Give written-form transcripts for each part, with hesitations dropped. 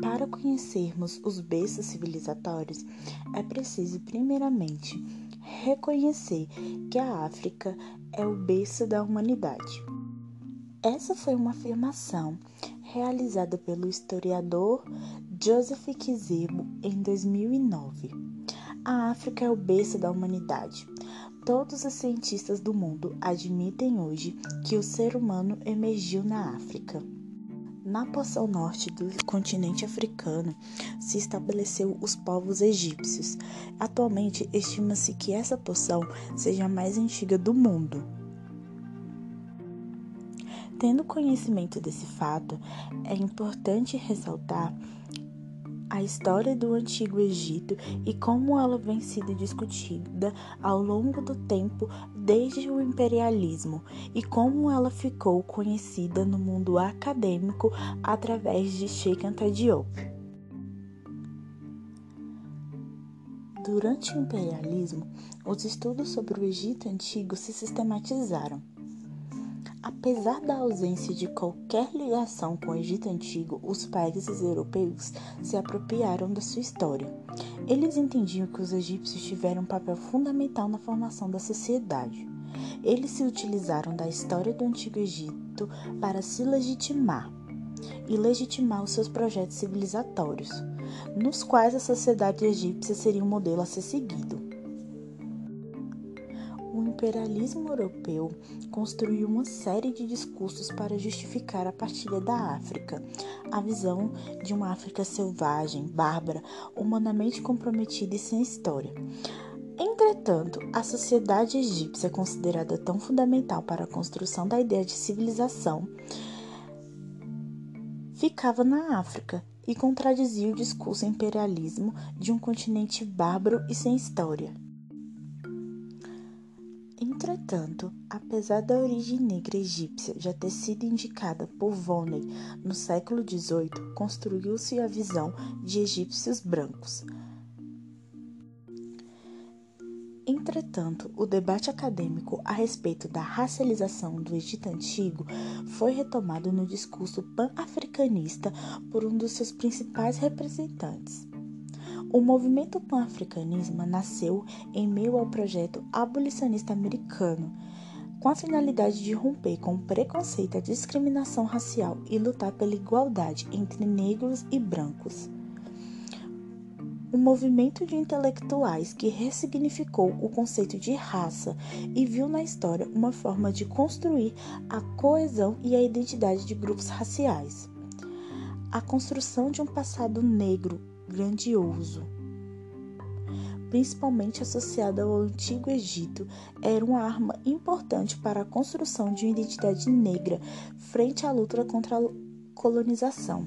Para conhecermos os berços civilizatórios, é preciso, primeiramente, reconhecer que a África é o berço da humanidade. Essa foi uma afirmação realizada pelo historiador Joseph Kizerbo em 2009. A África é o berço da humanidade. Todos os cientistas do mundo admitem hoje que o ser humano emergiu na África. Na porção norte do continente africano se estabeleceu os povos egípcios. Atualmente, estima-se que essa porção seja a mais antiga do mundo. Tendo conhecimento desse fato, é importante ressaltar a história do Antigo Egito e como ela vem sendo discutida ao longo do tempo desde o imperialismo e como ela ficou conhecida no mundo acadêmico através de Cheikh Anta Diop. Durante o imperialismo, os estudos sobre o Egito Antigo se sistematizaram. Apesar da ausência de qualquer ligação com o Egito Antigo, os países europeus se apropriaram da sua história. Eles entendiam que os egípcios tiveram um papel fundamental na formação da sociedade. Eles se utilizaram da história do Antigo Egito para se legitimar e legitimar os seus projetos civilizatórios, nos quais a sociedade egípcia seria um modelo a ser seguido. O imperialismo europeu construiu uma série de discursos para justificar a partilha da África, a visão de uma África selvagem, bárbara, humanamente comprometida e sem história. Entretanto, a sociedade egípcia, considerada tão fundamental para a construção da ideia de civilização, ficava na África e contradizia o discurso imperialismo de um continente bárbaro e sem história. Entretanto, apesar da origem negra egípcia já ter sido indicada por Volney no século XVIII, construiu-se a visão de egípcios brancos. Entretanto, o debate acadêmico a respeito da racialização do Egito Antigo foi retomado no discurso pan-africanista por um dos seus principais representantes. O movimento pan-africanismo nasceu em meio ao projeto abolicionista americano, com a finalidade de romper com o preconceito e a discriminação racial e lutar pela igualdade entre negros e brancos. Um movimento de intelectuais que ressignificou o conceito de raça e viu na história uma forma de construir a coesão e a identidade de grupos raciais. A construção de um passado negro grandioso, principalmente associada ao Antigo Egito, era uma arma importante para a construção de uma identidade negra frente à luta contra a colonização.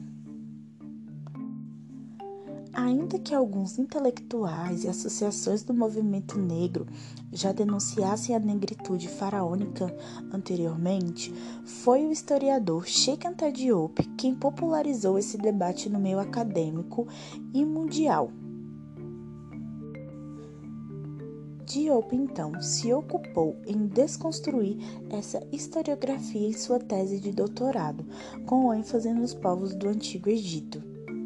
Ainda que alguns intelectuais e associações do movimento negro já denunciassem a negritude faraônica anteriormente, foi o historiador Cheikh Anta Diop quem popularizou esse debate no meio acadêmico e mundial. Diop, então, se ocupou em desconstruir essa historiografia em sua tese de doutorado, com ênfase nos povos do Antigo Egito.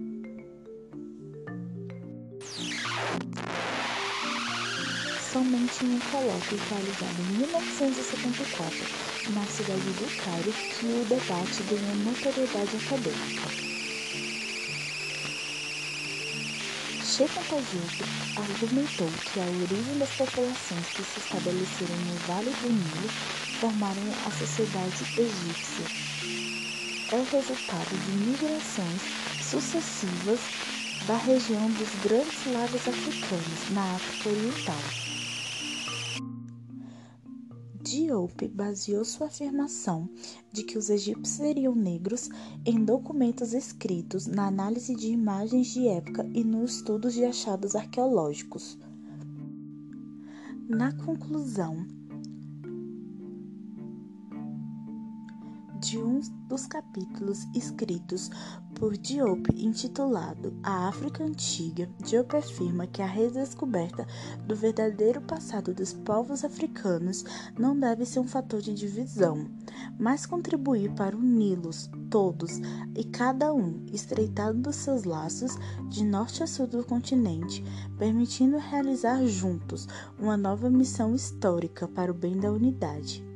Somente em um colóquio realizado em 1974, na cidade do Cairo, que o debate ganhou notoriedade acadêmica. Cheikh Anta Diop argumentou que a origem das populações que se estabeleceram no Vale do Nilo formaram a sociedade egípcia. É o resultado de migrações sucessivas da região dos Grandes Lagos Africanos, na África Oriental. Diop baseou sua afirmação de que os egípcios seriam negros em documentos escritos, na análise de imagens de época e nos estudos de achados arqueológicos. Na conclusão de um dos capítulos escritos por Diop, intitulado A África Antiga, Diop afirma que a redescoberta do verdadeiro passado dos povos africanos não deve ser um fator de divisão, mas contribuir para uni-los todos e cada um, estreitando seus laços de norte a sul do continente, permitindo realizar juntos uma nova missão histórica para o bem da unidade.